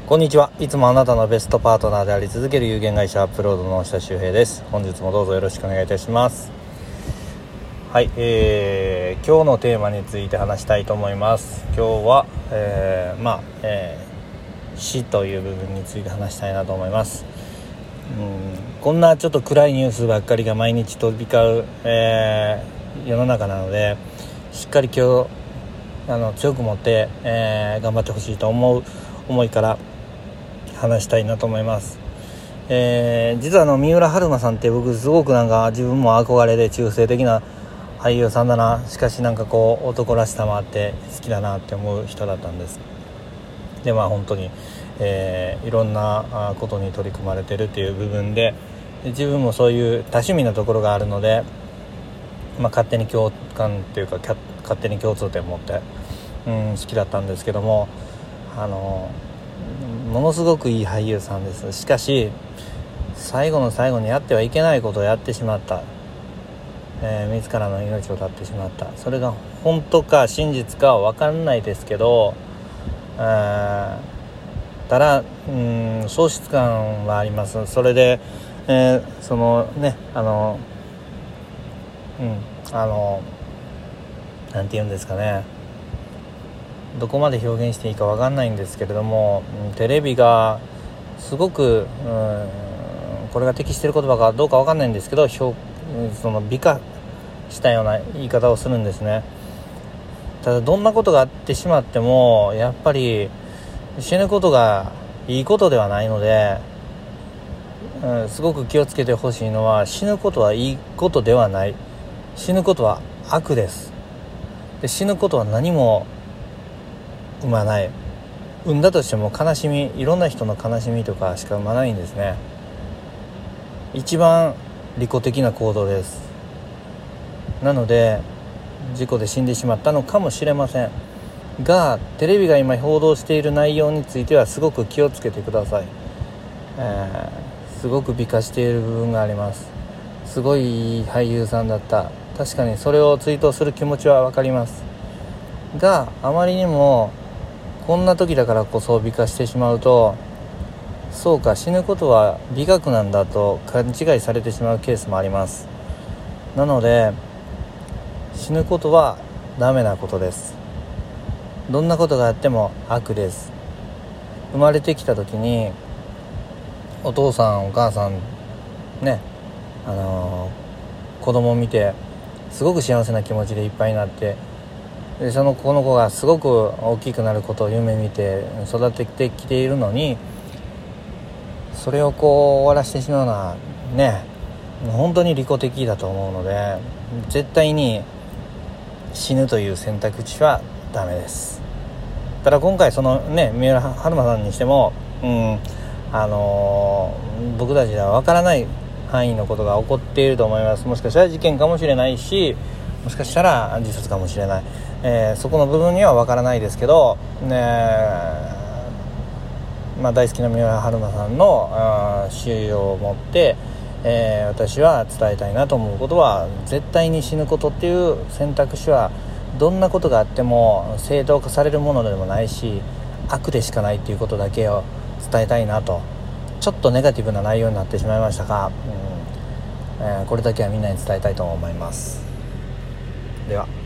こんにちは。いつもあなたのベストパートナーであり続ける有限会社アップロードの下周平です。本日もどうぞよろしくお願いいたします。はい、今日のテーマについて話したいと思います。今日は、死という部分について話したいなと思います。こんなちょっと暗いニュースばっかりが毎日飛び交う、世の中なので、しっかり今日強く持って、頑張ってほしいと思いから話したいなと思います。実は三浦春馬さんって僕すごく自分も憧れで中性的な俳優さんだな。しかし男らしさもあって好きだなって思う人だったんです。で本当に、いろんなことに取り組まれてるっていう部分で、自分もそういう多趣味なところがあるので、勝手に共感っていうか勝手に共通点を持って、好きだったんですけども、ものすごくいい俳優さんです。しかし最後の最後にやってはいけないことをやってしまった、自らの命を絶ってしまった。それが本当か真実かは分からないですけど、ただ喪失感はあります。それで、なんて言うんですかね、どこまで表現していいか分かんないんですけれども、テレビがすごくこれが適している言葉かどうか分かんないんですけど、美化したような言い方をするんですね。ただどんなことがあってしまってもやっぱり死ぬことがいいことではないので、すごく気をつけてほしいのは、死ぬことはいいことではない。死ぬことは悪です。で死ぬことは何も生まない。産んだとしても悲しみ、いろんな人の悲しみとかしか生まないんですね。一番利己的な行動です。なので事故で死んでしまったのかもしれませんが、テレビが今報道している内容についてはすごく気をつけてください。すごく美化している部分があります。すごいいい俳優さんだった。確かにそれを追悼する気持ちは分かりますが、あまりにもこんな時だからこそ美化してしまうと、そうか、死ぬことは美学なんだと勘違いされてしまうケースもあります。なので死ぬことはダメなことです。どんなことがあっても悪です。生まれてきた時にお父さんお母さんね、子供を見てすごく幸せな気持ちでいっぱいになって、でこの子がすごく大きくなることを夢見て育ててきているのに、それを終わらせてしまうのはね、本当に利己的だと思うので、絶対に死ぬという選択肢はダメです。ただ今回三浦春馬さんにしても、僕たちでは分からない範囲のことが起こっていると思います。もしかしたら事件かもしれないし、もしかしたら自殺かもしれない、そこの部分には分からないですけど、大好きな三浦春馬さんの死をもって、私は伝えたいなと思うことは、絶対に死ぬことっていう選択肢はどんなことがあっても正当化されるものでもないし、悪でしかないっていうことだけを伝えたいなと。ちょっとネガティブな内容になってしまいましたが、これだけはみんなに伝えたいと思います。では。